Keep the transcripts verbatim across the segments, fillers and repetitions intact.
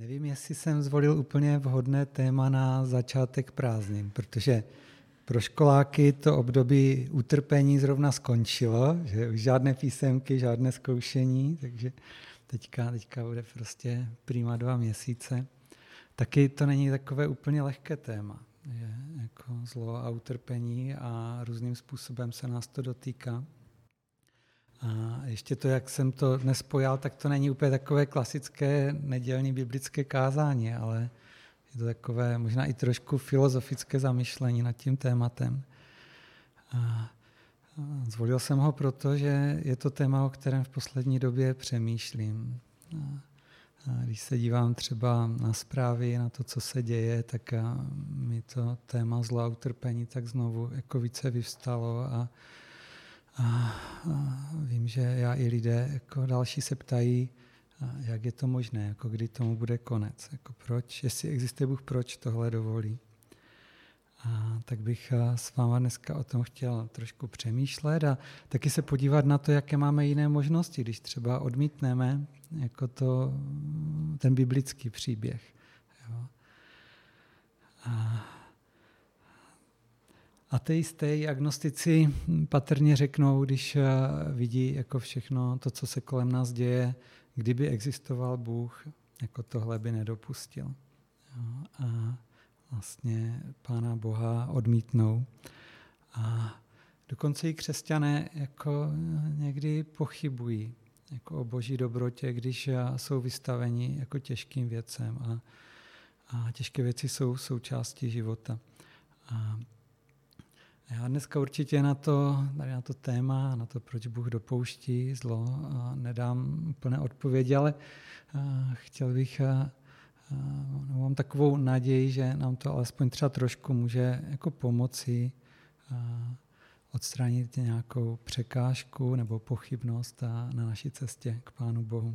Nevím, jestli jsem zvolil úplně vhodné téma na začátek prázdnin, protože pro školáky to období utrpení zrovna skončilo, že už žádné písemky, žádné zkoušení, takže teďka, teďka bude prostě prima dva měsíce. Taky to není takové úplně lehké téma, že jako zlo a utrpení a různým způsobem se nás to dotýká. A ještě to, jak jsem to dnes pojal, tak to není úplně takové klasické nedělní biblické kázání, ale je to takové možná i trošku filozofické zamyšlení nad tím tématem. A zvolil jsem ho proto, že je to téma, o kterém v poslední době přemýšlím. A když se dívám třeba na zprávy, na to, co se děje, tak mi to téma zla a utrpení tak znovu jako více vyvstalo a A, a vím, že já i lidé jako další se ptají, jak je to možné, jako kdy tomu bude konec, jako proč, jestli existuje Bůh, proč tohle dovolí. A tak bych s váma dneska o tom chtěl trošku přemýšlet a taky se podívat na to, jaké máme jiné možnosti, když třeba odmítneme jako to, ten biblický příběh. Jo. A ateisté i agnostici patrně řeknou, když vidí jako všechno to, co se kolem nás děje, kdyby existoval Bůh, jako tohle by nedopustil. Jo, a vlastně Pána Boha odmítnou. A dokonce i křesťané jako někdy pochybují jako o Boží dobrotě, když jsou vystaveni jako těžkým věcem a, a těžké věci jsou součástí života. A já dneska určitě na to, tady na to téma, na to, proč Bůh dopouští zlo, nedám úplné odpovědi, ale chtěl bych, mám takovou naději, že nám to alespoň třeba trošku může jako pomoci odstranit nějakou překážku nebo pochybnost na naší cestě k Pánu Bohu.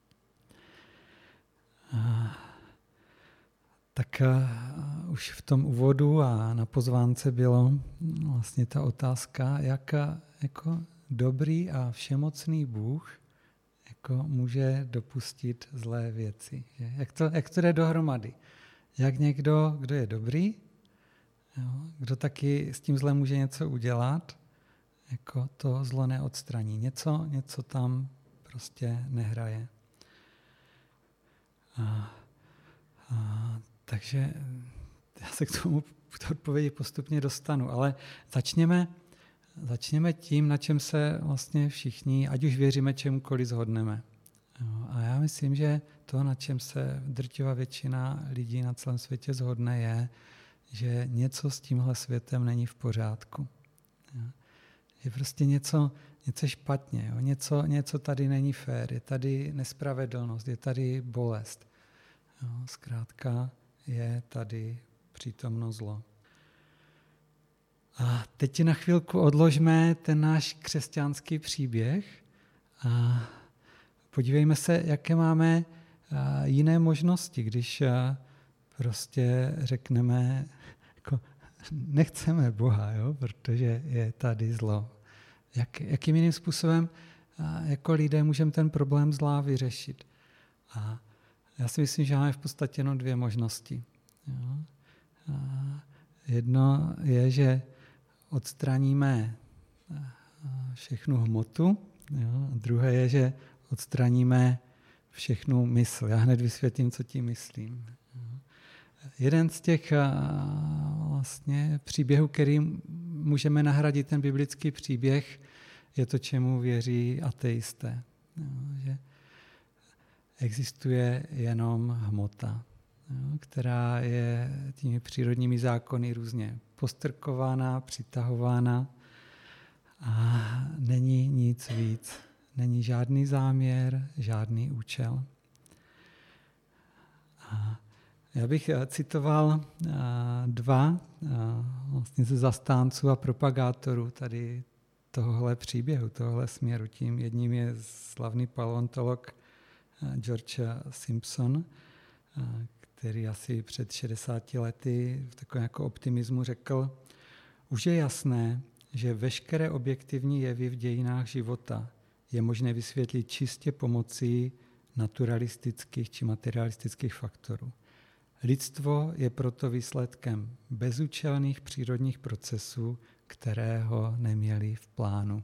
Tak uh, už v tom úvodu a na pozvánce bylo vlastně ta otázka, jak jako dobrý a všemocný Bůh jako může dopustit zlé věci. Že? Jak, to, jak to jde dohromady? Jak někdo, kdo je dobrý, jo, kdo taky s tím zlem může něco udělat, jako to zlo neodstraní. Něco, něco tam prostě nehraje. A, a Takže já se k tomu k té odpovědi postupně dostanu, ale začněme, začněme tím, na čem se vlastně všichni, ať už věříme čemukoliv, shodneme. A já myslím, že to, na čem se drtivá většina lidí na celém světě shodne, je, že něco s tímhle světem není v pořádku. Je prostě něco, něco špatně, jo? Něco, něco tady není fér, je tady nespravedlnost, je tady bolest. Jo? Zkrátka je tady přítomno zlo. A teď na chvilku odložme ten náš křesťanský příběh a podívejme se, jaké máme jiné možnosti, když prostě řekneme, jako nechceme Boha, jo, protože je tady zlo. Jak, jakým jiným způsobem jako lidé můžeme ten problém zla vyřešit? A já si myslím, že máme v podstatě jenom dvě možnosti. Jo. A jedno je, že odstraníme všechnu hmotu, jo. A druhé je, že odstraníme všechnu mysl. Já hned vysvětlím, co tím myslím. Jo. Jeden z těch vlastně příběhů, kterým můžeme nahradit ten biblický příběh, je to, čemu věří ateisté. Jo. Že existuje jenom hmota, jo, která je těmi přírodními zákony různě postrkována, přitahována a není nic víc. Není žádný záměr, žádný účel. A já bych citoval dva vlastně ze zastánců a propagátorů tady tohohle příběhu, tohohle směru. Tím jedním je slavný paleontolog George Simpson, který asi před šedesáti lety v takovém jako optimismu řekl, už je jasné, že veškeré objektivní jevy v dějinách života je možné vysvětlit čistě pomocí naturalistických či materialistických faktorů. Lidstvo je proto výsledkem bezúčelných přírodních procesů, které ho neměli v plánu.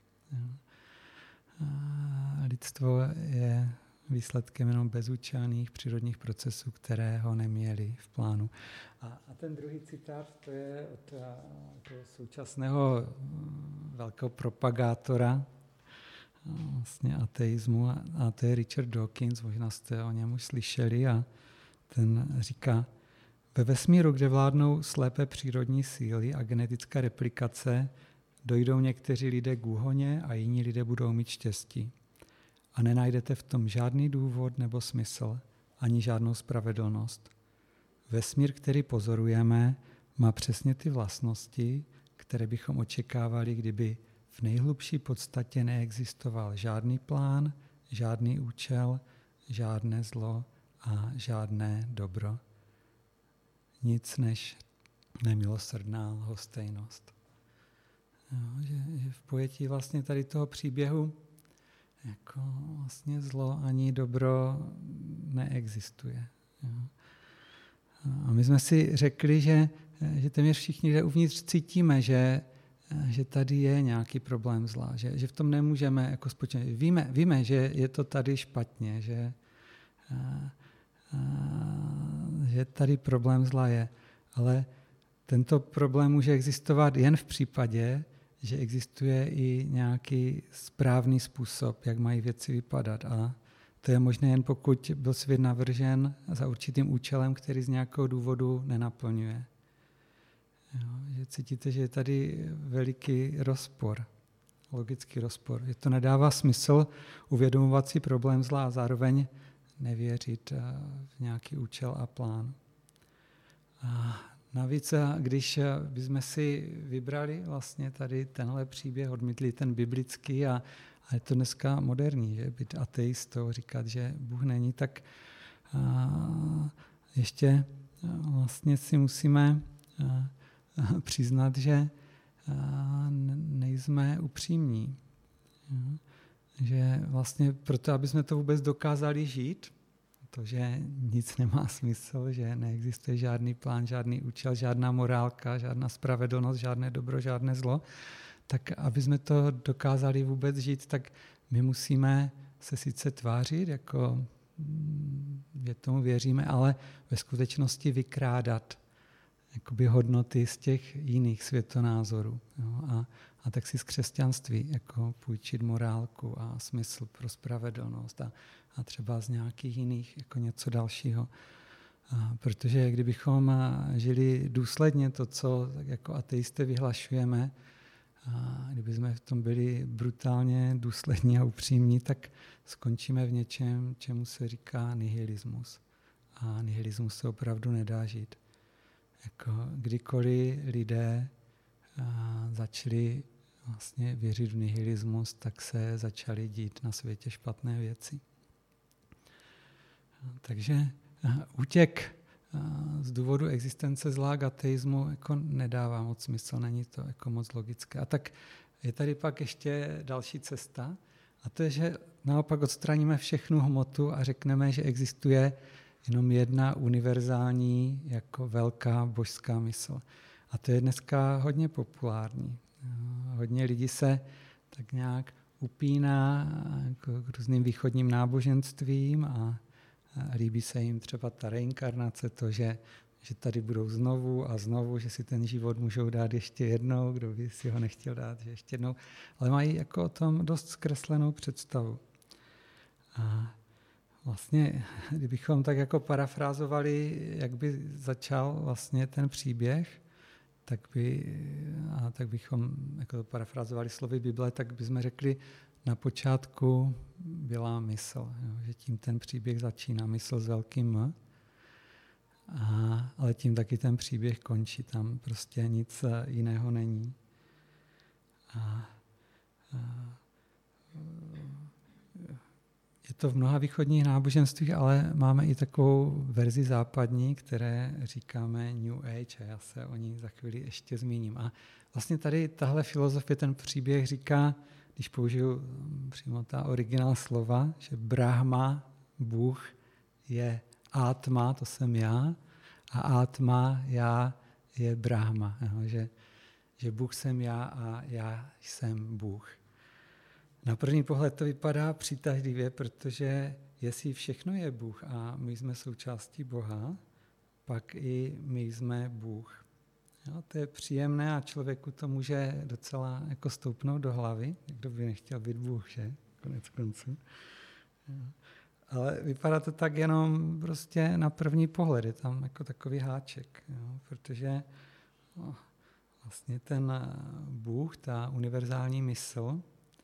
Lidstvo je výsledkem jenom bezúčelných přírodních procesů, které ho neměli v plánu. A, a ten druhý citát, to je od toho současného velkého propagátora vlastně ateismu, a to je Richard Dawkins, možná jste o něm už slyšeli, a ten říká: ve vesmíru, kde vládnou slepé přírodní síly a genetická replikace, dojdou někteří lidé k úhoně a jiní lidé budou mít štěstí. A nenajdete v tom žádný důvod nebo smysl, ani žádnou spravedlnost. Vesmír, který pozorujeme, má přesně ty vlastnosti, které bychom očekávali, kdyby v nejhlubší podstatě neexistoval žádný plán, žádný účel, žádné zlo a žádné dobro. Nic než nemilosrdná lhostejnost. Jo, že, že v pojetí vlastně tady toho příběhu jako vlastně zlo ani dobro neexistuje. Jo. A my jsme si řekli, že, že téměř všichni lidé uvnitř cítíme, že, že tady je nějaký problém zla, že, že v tom nemůžeme jako spočívat. Víme, víme, že je to tady špatně, že, a, a, že tady problém zla je, ale tento problém může existovat jen v případě, že existuje i nějaký správný způsob, jak mají věci vypadat. A to je možné jen pokud byl svět navržen za určitým účelem, který z nějakého důvodu nenaplňuje. Jo, že cítíte, že je tady veliký rozpor, logický rozpor. Že to nedává smysl uvědomovat si problém zla a zároveň nevěřit v nějaký účel a plán. A navíc, když bychom si vybrali vlastně tady tenhle příběh, odmítli ten biblický, a, a je to dneska moderní, že být ateistou, říkat, že Bůh není, tak a, ještě vlastně si musíme a, a přiznat, že a, nejsme upřímní. Jo? Že vlastně proto, aby jsme to vůbec dokázali žít, to, že nic nemá smysl, že neexistuje žádný plán, žádný účel, žádná morálka, žádná spravedlnost, žádné dobro, žádné zlo, tak aby jsme to dokázali vůbec žít, tak my musíme se sice tvářit, jako že tomu věříme, ale ve skutečnosti vykrádat jakoby hodnoty z těch jiných světonázorů. Jo? A, a tak si z křesťanství jako půjčit morálku a smysl pro spravedlnost a, a třeba z nějakých jiných jako něco dalšího. A protože kdybychom žili důsledně to, co jako ateisté vyhlašujeme, a kdyby jsme v tom byli brutálně důslední a upřímní, tak skončíme v něčem, čemu se říká nihilismus. A nihilismus se opravdu nedá žít. Jako kdykoliv lidé začali vlastně věřit v nihilismus, tak se začaly dít na světě špatné věci. Takže útěk z důvodu existence zla k ateismu jako nedává moc smysl, není to jako moc logické. A tak je tady pak ještě další cesta, a to je, že naopak odstraníme všechnu hmotu a řekneme, že existuje jenom jedna univerzální jako velká božská mysl. A to je dneska hodně populární. Hodně lidí se tak nějak upíná jako k různým východním náboženstvím a líbí se jim třeba ta reinkarnace, to, že, že tady budou znovu a znovu, že si ten život můžou dát ještě jednou, kdo by si ho nechtěl dát, že ještě jednou. Ale mají jako o tom dost zkreslenou představu. A vlastně, kdybychom tak jako parafrázovali, jak by začal vlastně ten příběh, tak, by, a tak bychom jako to parafrázovali slovy Bible, tak bychom řekli, na počátku byla mysl, jo, že tím ten příběh začíná, mysl s velkým M, a, ale tím taky ten příběh končí, tam prostě nic jiného není. A, a, je to v mnoha východních náboženstvích, ale máme i takovou verzi západní, které říkáme New Age, a já se o ní za chvíli ještě zmíním. A vlastně tady tahle filozofie, ten příběh říká, když použiju přímo ta originál slova, že Brahma Bůh je Atma, to jsem já, a Atma, já, je Brahma. Jo? Že, že Bůh jsem já a já jsem Bůh. Na první pohled to vypadá přitažlivě, protože jestli všechno je Bůh a my jsme součástí Boha, pak i my jsme Bůh. Jo, to je příjemné a člověku to může docela jako stoupnout do hlavy. Kdo by nechtěl být Bůh, že? Konec konců. Jo. Ale vypadá to tak jenom prostě na první pohled. Je tam jako takový háček, jo? Protože no, vlastně ten Bůh, ta univerzální mysl,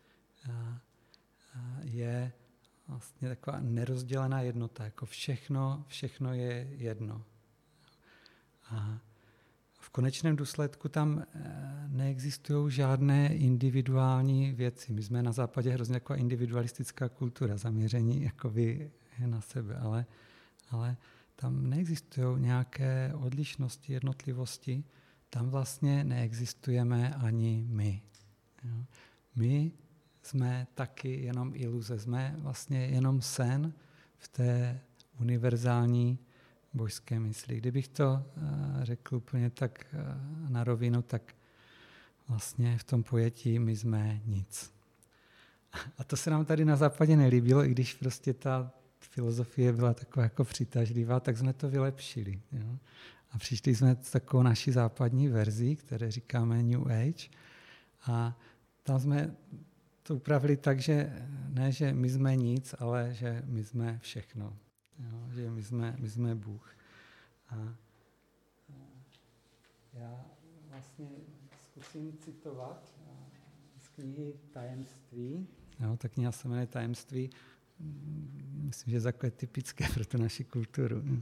je vlastně taková nerozdělená jednota. Jako všechno, všechno je jedno. A v konečném důsledku tam neexistují žádné individuální věci. My jsme na západě hrozně taková individualistická kultura, zaměření jakoby je na sebe, ale, ale tam neexistují nějaké odlišnosti, jednotlivosti. Tam vlastně neexistujeme ani my. Jo. My jsme taky jenom iluze, jsme vlastně jenom sen v té univerzální božské mysli. Kdybych to řekl úplně tak na rovinu, tak vlastně v tom pojetí my jsme nic. A to se nám tady na západě nelíbilo, i když prostě ta filozofie byla taková jako přitažlivá, tak jsme to vylepšili. Jo? A přišli jsme s takovou naší západní verzí, které říkáme New Age, a tam jsme to upravili tak, že ne, že my jsme nic, ale že my jsme všechno. Jo, že my jsme, my jsme Bůh. A já vlastně zkusím citovat z knihy Tajemství. Jo, ta kniha se jmenuje Tajemství. Myslím, že je takové typické pro tu naši kulturu.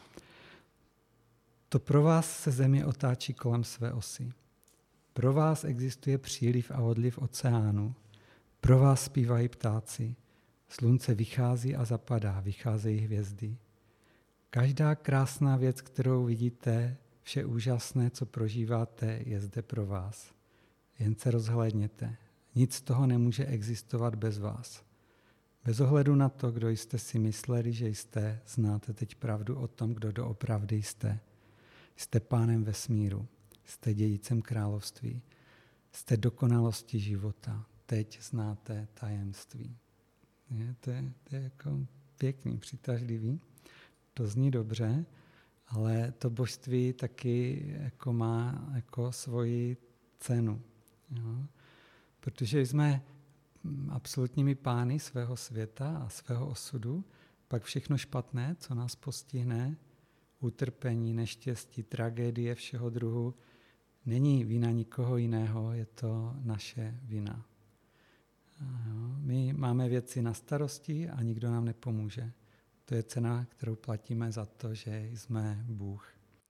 To pro vás se země otáčí kolem své osy. Pro vás existuje příliv a odliv oceánu. Pro vás zpívají ptáci. Slunce vychází a zapadá, vycházejí hvězdy. Každá krásná věc, kterou vidíte, vše úžasné, co prožíváte, je zde pro vás. Jen se rozhlédněte. Nic z toho nemůže existovat bez vás. Bez ohledu na to, kdo jste si mysleli, že jste, znáte teď pravdu o tom, kdo doopravdy jste. Jste pánem vesmíru. Jste dědicem království. Jste dokonalosti života. Teď znáte tajemství. Je, to, je, to je jako pěkný, přitažlivý. To zní dobře, ale to božství taky jako má jako svoji cenu. Jo? Protože jsme absolutními pány svého světa a svého osudu, pak všechno špatné, co nás postihne, utrpení, neštěstí, tragédie všeho druhu, není vina nikoho jiného, je to naše vina. Jo? My máme věci na starosti a nikdo nám nepomůže. To je cena, kterou platíme za to, že jsme Bůh.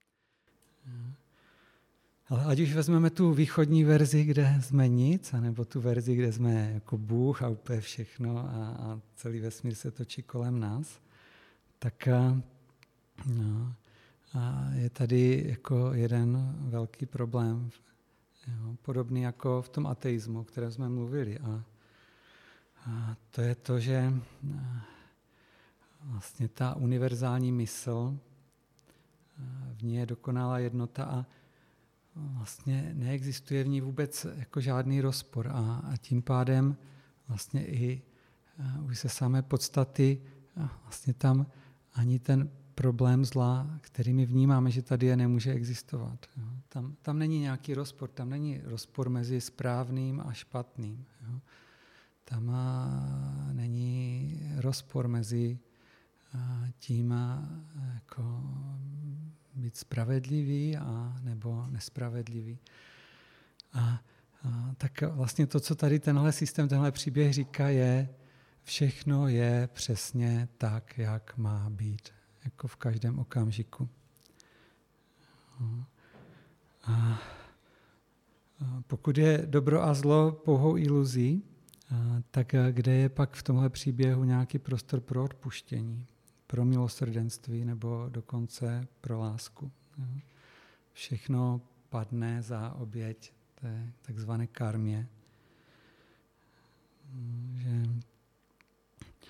Ale ať už vezmeme tu východní verzi, kde jsme nic, anebo tu verzi, kde jsme jako Bůh a úplně všechno a, a celý vesmír se točí kolem nás, tak no, a je tady jako jeden velký problém, jo, podobný jako v tom ateismu, o kterém jsme mluvili. A, a to je to, že vlastně ta univerzální mysl, v ní je dokonalá jednota a vlastně neexistuje v ní vůbec jako žádný rozpor a, a tím pádem vlastně i už se samé podstaty vlastně tam ani ten problém zla, který my vnímáme, že tady je, nemůže existovat. Jo. Tam, tam není nějaký rozpor, tam není rozpor mezi správným a špatným. Jo. Tam a, není rozpor mezi a, tím a, jako být spravedlivý a nebo nespravedlivý. A, a tak vlastně to, co tady tenhle systém, tenhle příběh říká, je, všechno je přesně tak, jak má být. Jako v každém okamžiku. A pokud je dobro a zlo pouhou iluzí, tak kde je pak v tomhle příběhu nějaký prostor pro odpuštění, pro milosrdenství nebo dokonce pro lásku. Všechno padne za oběť té takzvané karmě. Že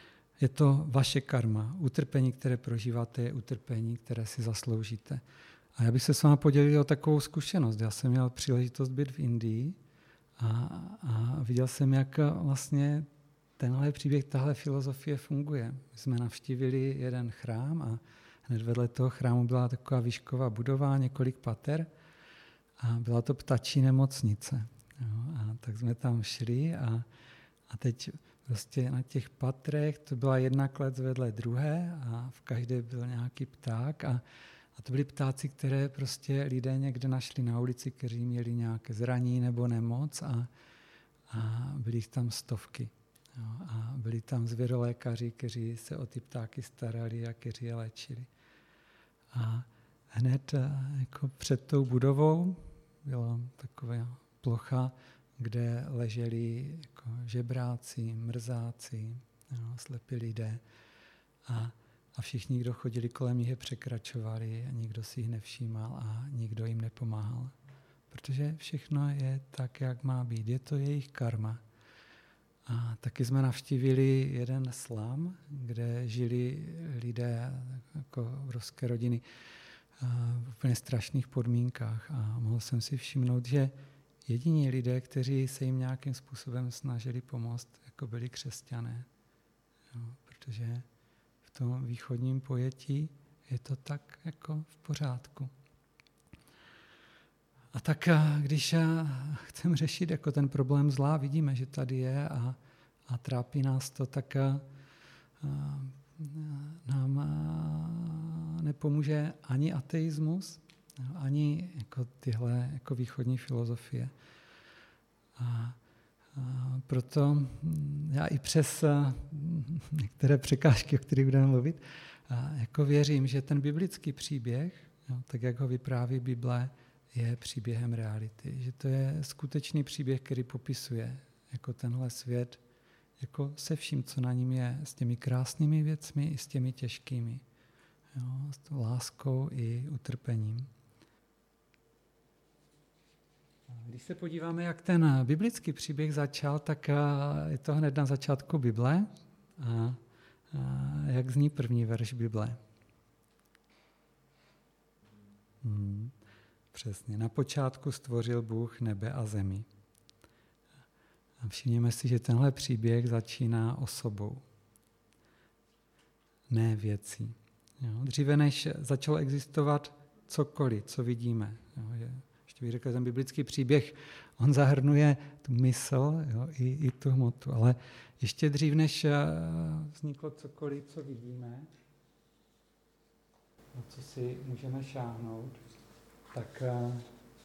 je to vaše karma. Utrpení, které prožíváte, je utrpení, které si zasloužíte. A já bych se s vámi podělil o takovou zkušenost. Já jsem měl příležitost být v Indii a, a viděl jsem, jak vlastně tenhle příběh, tahle filozofie funguje. My jsme navštívili jeden chrám a hned vedle toho chrámu byla taková výšková budova, několik pater a byla to ptačí nemocnice. Jo, a tak jsme tam šli a, a teď prostě na těch patrech to byla jedna klec vedle druhé a v každé byl nějaký pták a, a to byli ptáci, které prostě lidé někde našli na ulici, kteří měli nějaké zranění nebo nemoc a, a byly jich tam stovky. Jo, a byli tam zvěrolékaři, kteří se o ty ptáky starali a kteří je léčili. A hned jako před tou budovou byla taková plocha, kde leželi jako žebráci, mrzáci, jo, slepí lidé. A, a všichni, kdo chodili kolem nich, je překračovali a nikdo si jich nevšímal a nikdo jim nepomáhal. Protože všechno je tak, jak má být. Je to jejich karma. A taky jsme navštívili jeden slum, kde žili lidé jako obrovské rodiny v úplně strašných podmínkách. A mohl jsem si všimnout, že jediní lidé, kteří se jim nějakým způsobem snažili pomoct, jako byli křesťané. Jo, protože v tom východním pojetí je to tak jako v pořádku. A tak když chceme řešit jako ten problém zla, vidíme, že tady je a, a trápí nás to, tak a, a, nám a, nepomůže ani ateismus, ani jako tyhle jako východní filozofie. A, a proto já i přes některé překážky, o kterých budeme mluvit, a jako věřím, že ten biblický příběh, jo, tak jak ho vypráví Bible, je příběhem reality. Že to je skutečný příběh, který popisuje jako tenhle svět, jako se vším, co na ním je, s těmi krásnými věcmi i s těmi těžkými. Jo, s tou láskou i utrpením. Když se podíváme, jak ten biblický příběh začal, tak je to hned na začátku Bible. A, a jak zní první verš Bible? Hmm. Přesně. Na počátku stvořil Bůh nebe a zemi. A všimněme si, že tenhle příběh začíná osobou, ne věcí. Jo? Dříve než začalo existovat cokoliv, co vidíme. Jo? Ještě bych řekl, ten biblický příběh, on zahrnuje tu mysl, jo? I, i tu hmotu. Ale ještě dřív, než vzniklo cokoliv, co vidíme, na co si můžeme šáhnout, tak a,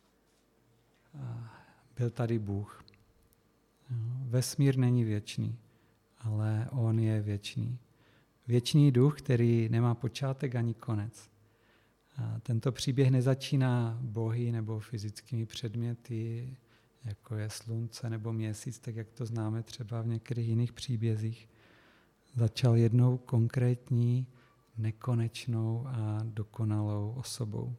a byl tady Bůh. Jo, vesmír není věčný, ale on je věčný. Věčný duch, který nemá počátek ani konec. A tento příběh nezačíná bohy nebo fyzickými předměty, jako je slunce nebo měsíc, tak jak to známe třeba v některých jiných příbězích. Začal jednou konkrétní, nekonečnou a dokonalou osobou.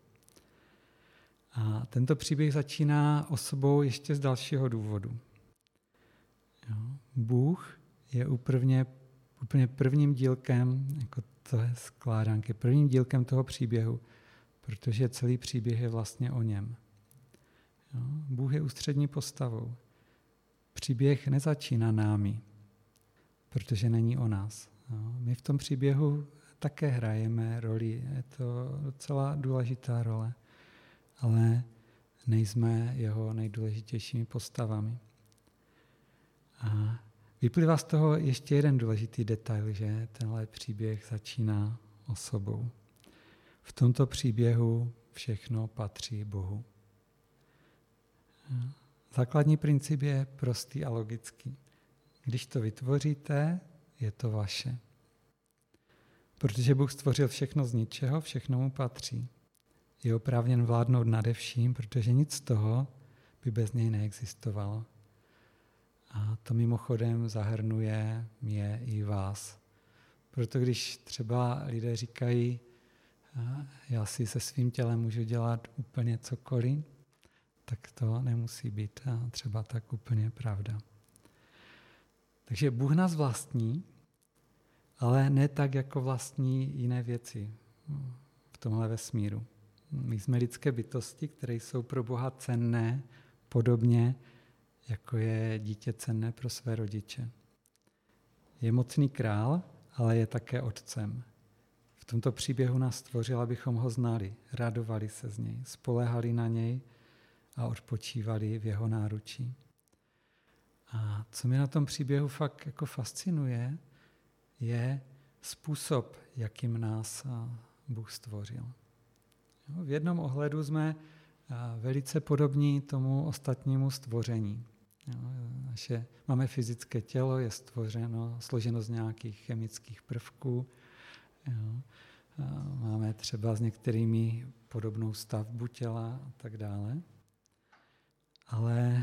A tento příběh začíná osobou ještě z dalšího důvodu. Jo. Bůh je úplně, úplně prvním dílkem jako té skládanky, prvním dílkem toho příběhu, protože celý příběh je vlastně o něm. Jo. Bůh je ústřední postavou. Příběh nezačíná námi, protože není o nás. Jo. My v tom příběhu také hrajeme roli, je to docela důležitá role, ale nejsme jeho nejdůležitějšími postavami. A vyplývá z toho ještě jeden důležitý detail, že tenhle příběh začíná osobou. V tomto příběhu všechno patří Bohu. Základní princip je prostý a logický. Když to vytvoříte, je to vaše. Protože Bůh stvořil všechno z ničeho, všechno mu patří. Je oprávněn vládnout nade vším, protože nic z toho by bez něj neexistovalo. A to mimochodem zahrnuje mě i vás. Proto když třeba lidé říkají, já si se svým tělem můžu dělat úplně cokoliv, tak to nemusí být třeba tak úplně pravda. Takže Bůh nás vlastní ale ne tak jako vlastní jiné věci v tomhle vesmíru. My jsme lidské bytosti, které jsou pro Boha cenné, podobně jako je dítě cenné pro své rodiče. Je mocný král, ale je také otcem. V tomto příběhu nás stvořil, abychom ho znali, radovali se z něj, spoléhali na něj a odpočívali v jeho náručí. A co mě na tom příběhu fakt jako fascinuje, je způsob, jakým nás Bůh stvořil. V jednom ohledu jsme velice podobní tomu ostatnímu stvoření. Naše, máme fyzické tělo, je stvořeno, složeno z nějakých chemických prvků. Jo. Máme třeba s některými podobnou stavbu těla a tak dále. Ale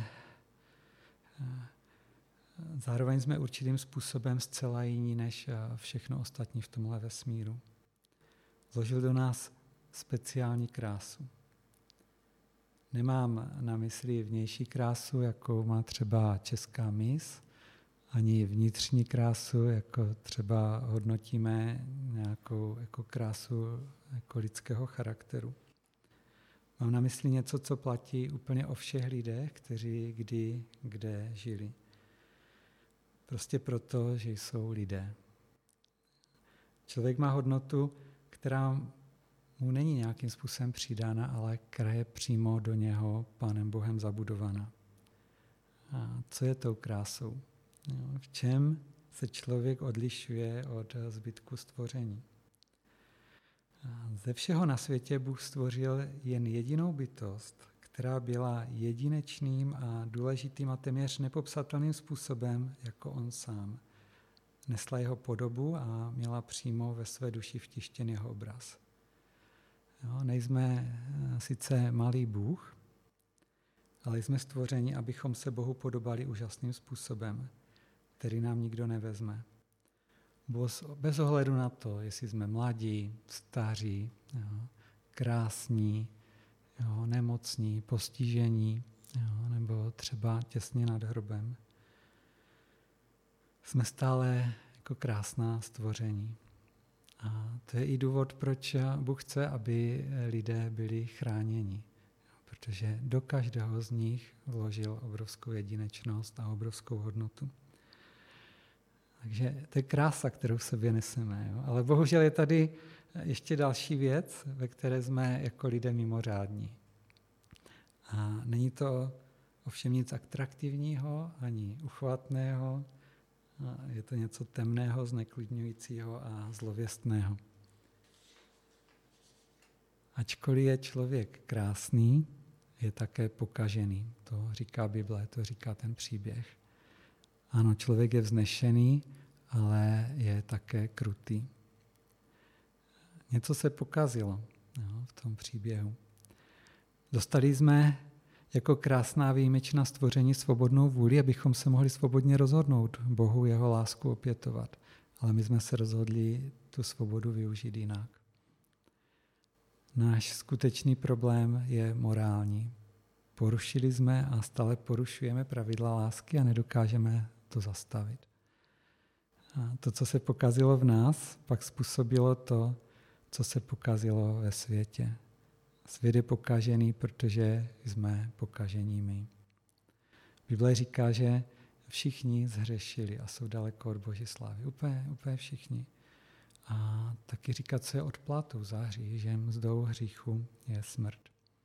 zároveň jsme určitým způsobem zcela jiní než všechno ostatní v tomhle vesmíru. Zložil do nás speciální krásu. Nemám na mysli vnější krásu, jakou má třeba česká mis, ani vnitřní krásu, jako třeba hodnotíme nějakou jako krásu jako lidského charakteru. Mám na mysli něco, co platí úplně o všech lidech, kteří kdy, kde žili. Prostě proto, že jsou lidé. Člověk má hodnotu, která mu není nějakým způsobem přidána, ale která je přímo do něho Pánem Bohem zabudovaná. A co je tou krásou? V čem se člověk odlišuje od zbytku stvoření? Ze všeho na světě Bůh stvořil jen jedinou bytost, která byla jedinečným a důležitým a téměř nepopsatelným způsobem jako on sám. Nesla jeho podobu a měla přímo ve své duši vtištěn jeho obraz. Jo, nejsme sice malý Bůh, ale jsme stvořeni, abychom se Bohu podobali úžasným způsobem, který nám nikdo nevezme. Bez ohledu na to, jestli jsme mladí, staří, jo, krásní, jo, nemocní, postižení, jo, nebo třeba těsně nad hrobem. Jsme stále jako krásná stvoření. A to je i důvod, proč Bůh chce, aby lidé byli chráněni. Protože do každého z nich vložil obrovskou jedinečnost a obrovskou hodnotu. Takže to je krása, kterou v sobě neseme. Jo? Ale bohužel je tady ještě další věc, ve které jsme jako lidé mimořádní. A není to ovšem nic atraktivního, ani uchvatného. A je to něco temného, zneklidňujícího a zlověstného. Ačkoliv je člověk krásný, je také pokažený. To říká Bible, to říká ten příběh. Ano, člověk je vznešený, ale je také krutý. Něco se pokazilo, jo, v tom příběhu. Dostali jsme jako krásná výjimečná stvoření svobodnou vůli, abychom se mohli svobodně rozhodnout Bohu jeho lásku opětovat. Ale my jsme se rozhodli tu svobodu využít jinak. Náš skutečný problém je morální. Porušili jsme a stále porušujeme pravidla lásky a nedokážeme to zastavit. A to, co se pokazilo v nás, pak způsobilo to, co se pokazilo ve světě. Svět je pokažený, protože jsme pokažení my. Bible říká, že všichni zhřešili a jsou daleko od Boží slávy. Úplně, úplně všichni. A taky říká, co je odplatou za hřích, že mzdou hříchu je smrt.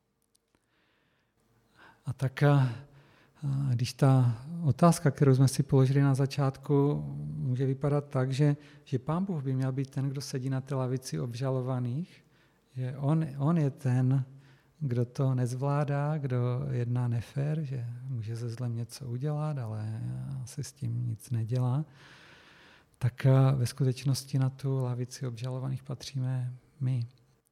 A tak, když ta otázka, kterou jsme si položili na začátku, může vypadat tak, že, že Pán Bůh by měl být ten, kdo sedí na té lavici obžalovaných, že on, on je ten, kdo to nezvládá, kdo jedná nefér, že může se zlem něco udělat, ale se s tím nic nedělá, tak ve skutečnosti na tu lavici obžalovaných patříme my.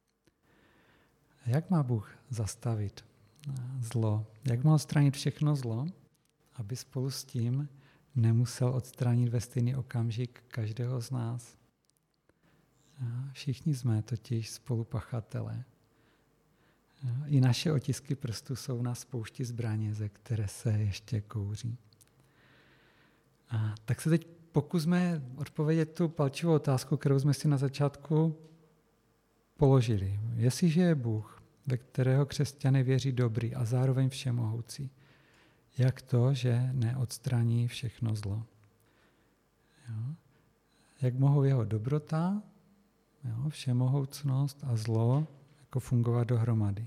Jak má Bůh zastavit zlo? Jak má odstranit všechno zlo, aby spolu s tím nemusel odstranit ve stejný okamžik každého z nás? Všichni jsme totiž spolupachatelé. I naše otisky prstů jsou na spoušti zbraně, ze které se ještě kouří. A tak se teď pokusme odpovědět tu palčivou otázku, kterou jsme si na začátku položili. Jestliže je Bůh, ve kterého křesťané věří dobrý a zároveň všemohoucí, jak to, že neodstraní všechno zlo? Jo? Jak mohou jeho dobrota, jo, všemohoucnost a zlo jako fungovat dohromady?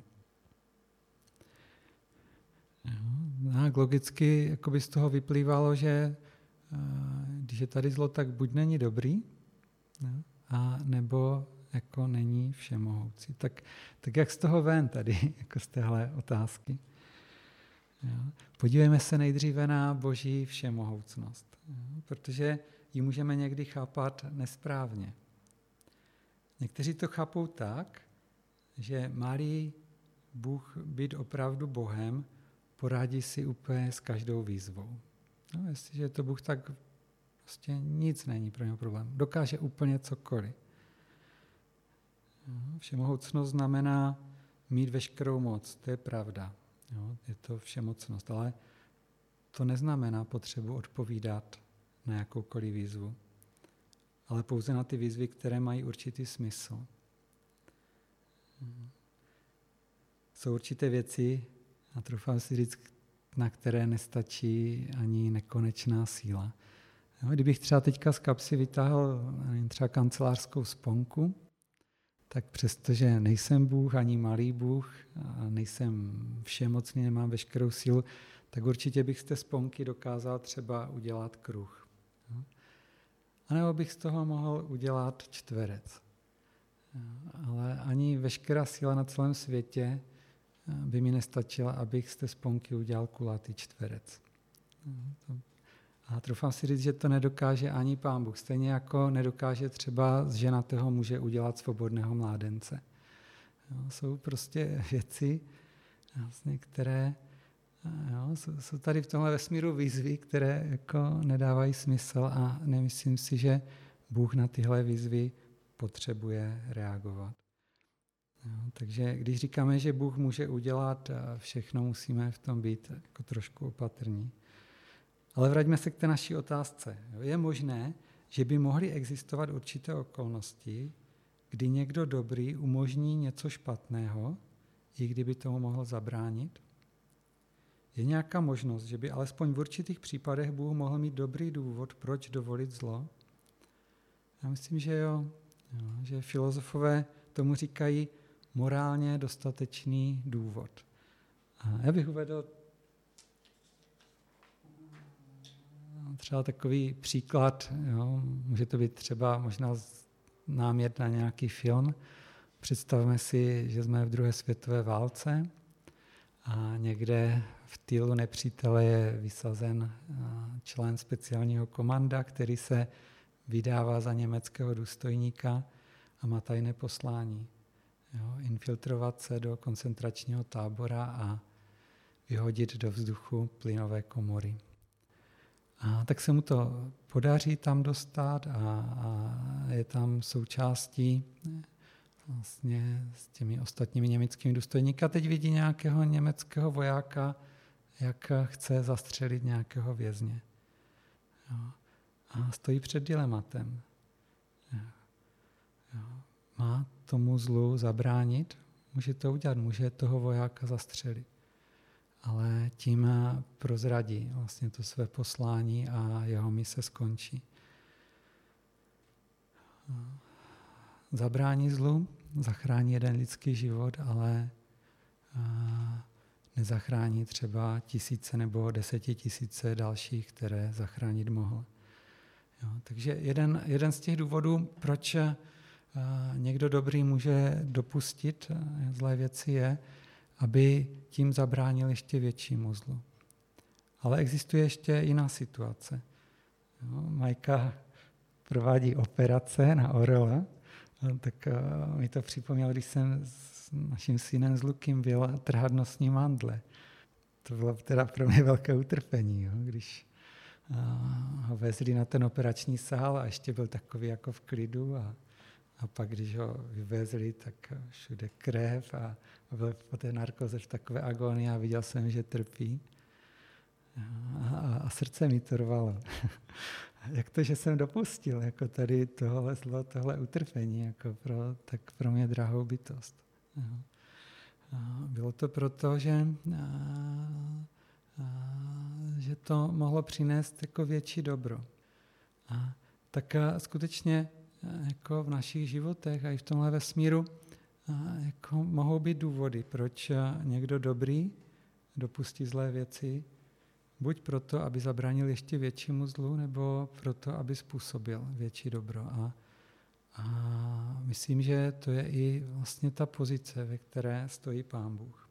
Jo? A logicky jako by z toho vyplývalo, že když je tady zlo, tak buď není dobrý, jo, a nebo jako není všemohoucí. Tak, tak jak z toho ven tady, jako z téhle otázky? Jo. Podívejme se nejdříve na Boží všemohoucnost, jo, protože ji můžeme někdy chápat nesprávně. Někteří to chápou tak, že má-li Bůh být opravdu Bohem, poradí si úplně s každou výzvou. No, jestliže je to Bůh, tak prostě nic není pro něho problém. Dokáže úplně cokoliv. Všemohoucnost znamená mít veškerou moc, to je pravda. Jo, je to všemocnost, ale to neznamená potřebu odpovídat na jakoukoliv výzvu, ale pouze na ty výzvy, které mají určitý smysl. Jsou určité věci, a troufám si říct, na které nestačí ani nekonečná síla. Jo, kdybych třeba teďka z kapsy vytáhl třeba kancelářskou sponku, tak přestože nejsem Bůh, ani malý Bůh, a nejsem všemocný, nemám veškerou sílu, tak určitě bych z té sponky dokázal třeba udělat kruh. Jo. A nebo bych z toho mohl udělat čtverec. Jo. Ale ani veškerá síla na celém světě by mi nestačila, abych z té sponky udělal kulatý čtverec. Jo. A troufám si říct, že to nedokáže ani Pán Bůh. Stejně jako nedokáže třeba z ženatého muže udělat svobodného mládence. Jo, jsou prostě věci, vlastně, které jo, jsou, jsou tady v tomhle vesmíru výzvy, které jako nedávají smysl a nemyslím si, že Bůh na tyhle výzvy potřebuje reagovat. Jo, takže když říkáme, že Bůh může udělat všechno, musíme v tom být jako trošku opatrní. Ale vraťme se k té naší otázce. Je možné, že by mohly existovat určité okolnosti, kdy někdo dobrý umožní něco špatného, i kdyby tomu mohl zabránit? Je nějaká možnost, že by alespoň v určitých případech Bůh mohl mít dobrý důvod, proč dovolit zlo? Já myslím, že jo. jo že filozofové tomu říkají morálně dostatečný důvod. A já bych uvedl třeba takový příklad, jo, může to být třeba možná námět na nějaký film. Představme si, že jsme v druhé světové válce a někde v tylu nepřítele je vysazen člen speciálního komanda, který se vydává za německého důstojníka a má tajné poslání. Jo, infiltrovat se do koncentračního tábora a vyhodit do vzduchu plynové komory. A tak se mu to podaří tam dostat a, a je tam součástí vlastně s těmi ostatními německými důstojníky. A teď vidí nějakého německého vojáka, jak chce zastřelit nějakého vězně. Jo. A stojí před dilematem. Jo. Jo. Má tomu zlu zabránit? Může to udělat, může toho vojáka zastřelit. Ale tím prozradí vlastně to své poslání a jeho mise skončí. Zabrání zlu, zachrání jeden lidský život, ale nezachrání třeba tisíce nebo desetitisíce dalších, které zachránit mohl. Jo, takže jeden, jeden z těch důvodů, proč někdo dobrý může dopustit zlé věci, je, aby tím zabránil ještě většímu zlu. Ale existuje ještě jiná situace. Jo, Majka provádí operace na orla, tak mi to připomnělo, když jsem s naším synem s Lukem byl trhat nosní mandle. To bylo teda pro mě velké utrpení, jo, když ho vezli na ten operační sál a ještě byl takový jako v klidu a A pak, když ho vyvezli, tak všude krev a byl po té narkoze v takové agonii a viděl jsem, že trpí. A, a srdce mi to rvalo. Jak to, že jsem dopustil jako tady tohle zlo, tohle utrpení, jako pro, tak pro mě drahou bytost. Bylo to proto, že, že to mohlo přinést jako větší dobro. A tak skutečně jako v našich životech a i v tomhle vesmíru jako mohou být důvody, proč někdo dobrý dopustí zlé věci, buď proto, aby zabránil ještě většímu zlu, nebo proto, aby způsobil větší dobro. A, a myslím, že to je i vlastně ta pozice, ve které stojí Pán Bůh.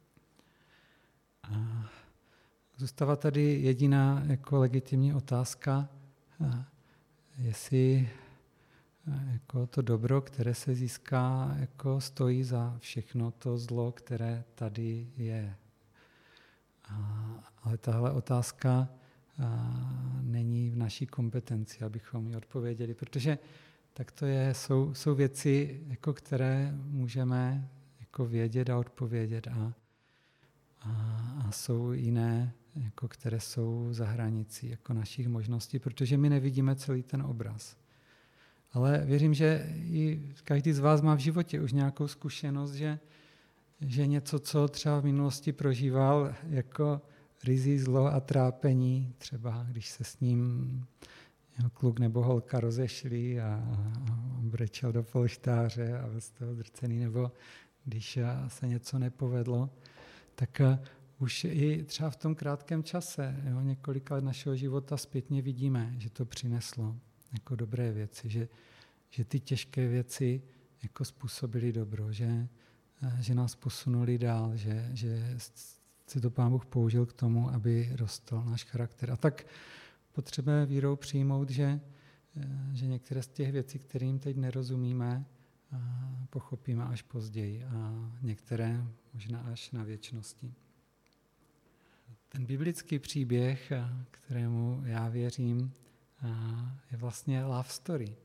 A zůstává tady jediná jako legitimní otázka, jestli jako to dobro, které se získá, jako stojí za všechno to zlo, které tady je. A, ale tahle otázka a, není v naší kompetenci, abychom ji odpověděli, protože tak to je, jsou, jsou věci, jako které můžeme jako vědět a odpovědět a, a, a jsou jiné, jako které jsou za hranicí jako našich možností, protože my nevidíme celý ten obraz. Ale věřím, že i každý z vás má v životě už nějakou zkušenost, že že něco, co třeba v minulosti prožíval jako rizí zlo a trápení, třeba když se s ním kluk nebo holka rozešli a, a brečel do polštáře a byl z toho zdrcený, nebo když se něco nepovedlo, tak už i třeba v tom krátkém čase, jo, několik let našeho života zpětně vidíme, že to přineslo jako dobré věci, že, že ty těžké věci jako způsobily dobro, že že nás posunuli dál, že, že se to Pán Bůh použil k tomu, aby rostl náš charakter. A tak potřebujeme vírou přijmout, že, že některé z těch věcí, kterým teď nerozumíme, pochopíme až později a některé možná až na věčnosti. Ten biblický příběh, kterému já věřím, je vlastně love story.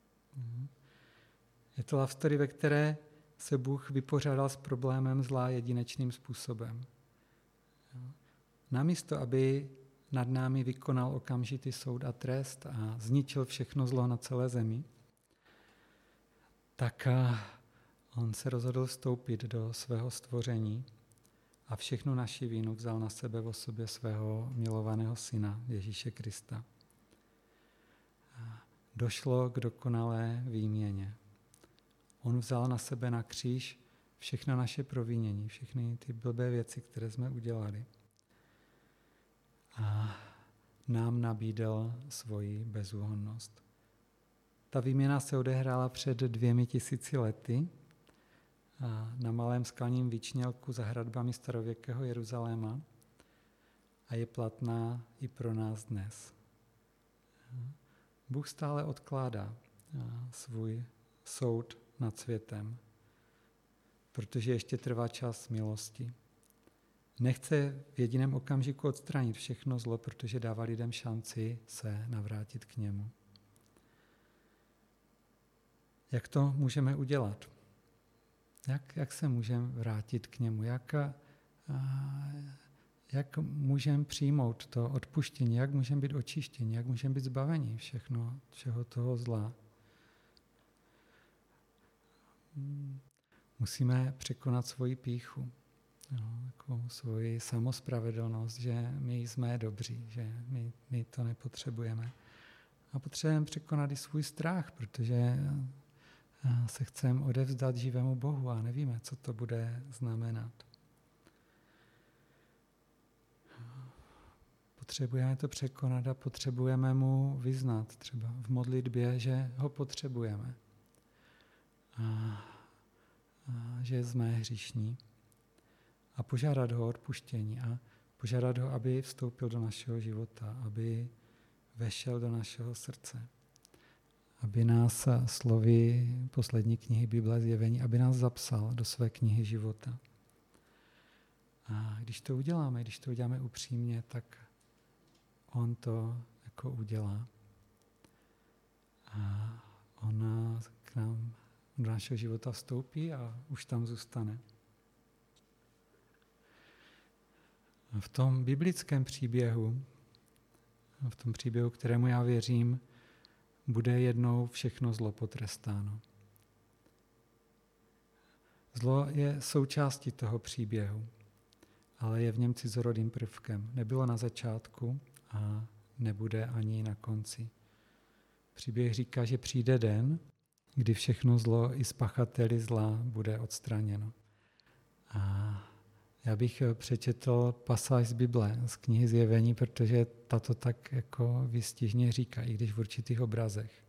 Je to love story, ve které se Bůh vypořádal s problémem zla jedinečným způsobem. Namísto, aby nad námi vykonal okamžitý soud a trest a zničil všechno zlo na celé zemi, tak on se rozhodl vstoupit do svého stvoření a všechnu naši vínu vzal na sebe v osobě svého milovaného syna Ježíše Krista. Došlo k dokonalé výměně. On vzal na sebe na kříž všechno naše provinění, všechny ty blbé věci, které jsme udělali. A nám nabídl svoji bezúhonnost. Ta výměna se odehrála před dvěmi tisíci lety na malém skalním výčnělku za hradbami starověkého Jeruzaléma a je platná i pro nás dnes. Bůh stále odkládá svůj soud nad světem, protože ještě trvá čas milosti. Nechce v jediném okamžiku odstranit všechno zlo, protože dává lidem šanci se navrátit k němu. Jak to můžeme udělat? Jak, jak se můžeme vrátit k němu? Jak, a, jak můžeme přijmout to odpuštění? Jak můžeme být očištěni? Jak můžeme být zbaveni všechno, všeho toho zla? Musíme překonat svoji pýchu, no, jako svoji samospravedlnost, že my jsme dobří, že my, my to nepotřebujeme. A potřebujeme překonat i svůj strach, protože se chceme odevzdat živému Bohu a nevíme, co to bude znamenat. Potřebujeme to překonat a potřebujeme mu vyznat třeba v modlitbě, že ho potřebujeme. A, a že jsme hříšní. A požádat ho o odpuštění a požádat ho, aby vstoupil do našeho života, aby vešel do našeho srdce. Aby nás slovy poslední knihy Bible Zjevení, aby nás zapsal do své knihy života. A když to uděláme, když to uděláme upřímně, tak on to jako udělá. A on k nám do našeho života vstoupí a už tam zůstane. V tom biblickém příběhu, v tom příběhu, kterému já věřím, bude jednou všechno zlo potrestáno. Zlo je součástí toho příběhu, ale je v něm cizorodým prvkem. Nebylo na začátku a nebude ani na konci. Příběh říká, že přijde den, kdy všechno zlo i z pachateli zla bude odstraněno. A já bych přečetl pasáž z Bible, z knihy Zjevení, protože tato tak jako výstižně říká, i když v určitých obrazech.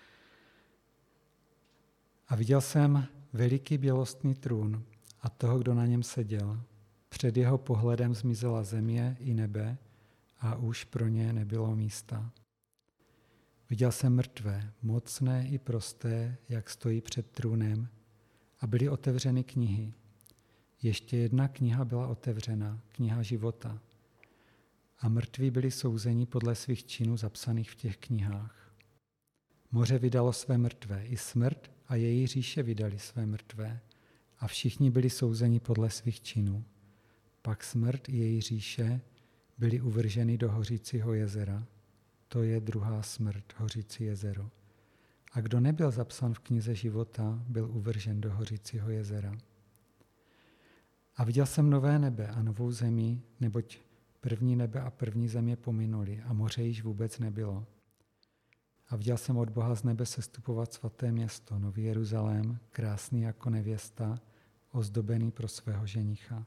A viděl jsem veliký bělostný trůn a toho, kdo na něm seděl. Před jeho pohledem zmizela země i nebe a už pro ně nebylo místa. Viděl jsem mrtvé, mocné i prosté, jak stojí před trůnem, a byly otevřeny knihy. Ještě jedna kniha byla otevřena, kniha života. A mrtví byli souzeni podle svých činů zapsaných v těch knihách. Moře vydalo své mrtvé, i smrt a její říše vydali své mrtvé. A všichni byli souzeni podle svých činů. Pak smrt i její říše byly uvrženy do hořícího jezera. To je druhá smrt, hořící jezero. A kdo nebyl zapsán v knize života, byl uvržen do hořícího jezera. A viděl jsem nové nebe a novou zemi, neboť první nebe a první země pominuli a moře již vůbec nebylo. A viděl jsem od Boha z nebe sestupovat svaté město, Nový Jeruzalém, krásný jako nevěsta, ozdobený pro svého ženicha.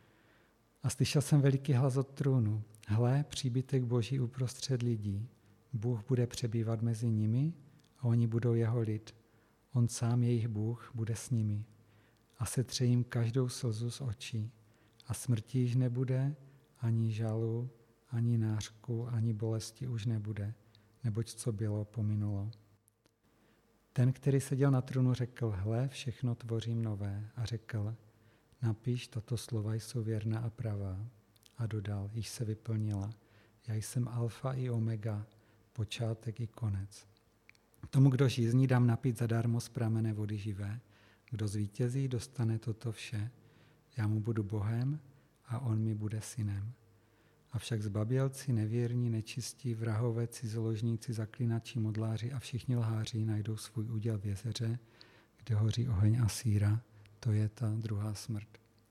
A slyšel jsem veliký hlas od trůnu. Hle, příbytek Boží uprostřed lidí. Bůh bude přebývat mezi nimi a oni budou jeho lid. On sám, jejich Bůh, bude s nimi. A setře jim každou slzu z očí. A smrti již nebude, ani žalu, ani nářku, ani bolesti už nebude, neboť co bylo, pominulo. Ten, který seděl na trůnu, řekl, hle, všechno tvořím nové. A řekl, napiš, tato slova jsou věrná a pravá. A dodal, již se vyplnila. Já jsem alfa i omega, počátek i konec. Tomu, kdo žízní, dám napít zadarmo z pramene vody živé. Kdo zvítězí, dostane toto vše. Já mu budu Bohem a on mi bude synem. Avšak zbabělci, nevěrní, nečistí, vrahové, cizoložníci, zaklinači, modláři a všichni lháři najdou svůj úděl v jezeře, kde hoří oheň a síra. To je ta druhá smrt.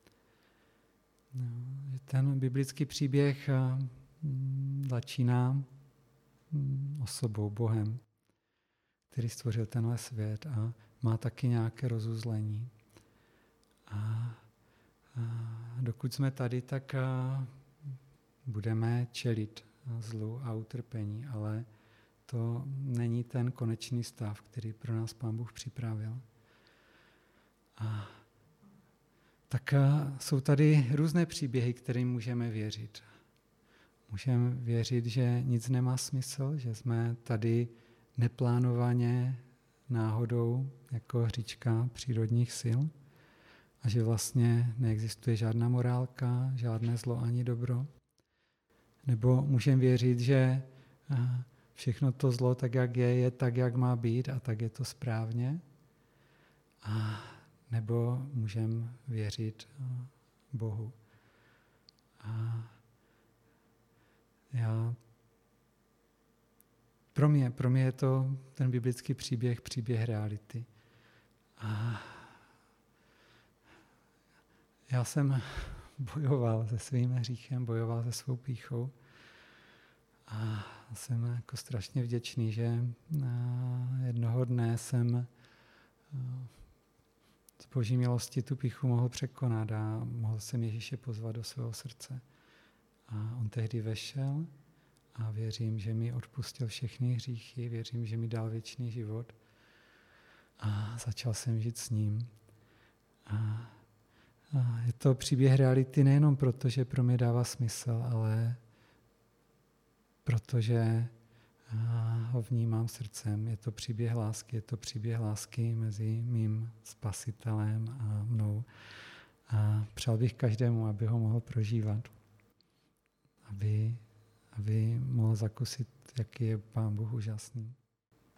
No, ten biblický příběh začíná osobou, Bohem, který stvořil tenhle svět a má taky nějaké rozuzlení. A, a dokud jsme tady, tak a, budeme čelit zlu a utrpení, ale to není ten konečný stav, který pro nás Pán Bůh připravil. A tak a, jsou tady různé příběhy, kterým můžeme věřit. Můžeme věřit, že nic nemá smysl, že jsme tady neplánovaně, náhodou, jako hříčka přírodních sil a že vlastně neexistuje žádná morálka, žádné zlo ani dobro. Nebo můžeme věřit, že všechno to zlo, tak jak je, je tak, jak má být a tak je to správně. A nebo můžeme věřit Bohu. A já Pro mě, pro mě je to ten biblický příběh, příběh reality. A já jsem bojoval se svým hříchem, bojoval se svou pýchou a jsem jako strašně vděčný, že jednoho dne jsem z Boží milosti tu pýchu mohl překonat a mohl jsem Ježíše pozvat do svého srdce. A on tehdy vešel a věřím, že mi odpustil všechny hříchy, věřím, že mi dal věčný život a začal jsem žít s ním. A, a je to příběh reality nejenom proto, že pro mě dává smysl, ale protože ho vnímám srdcem. Je to příběh lásky, je to příběh lásky mezi mým spasitelem a mnou. A přál bych každému, aby ho mohl prožívat. Aby aby mohl zakusit, jaký je Pán Bůh úžasný.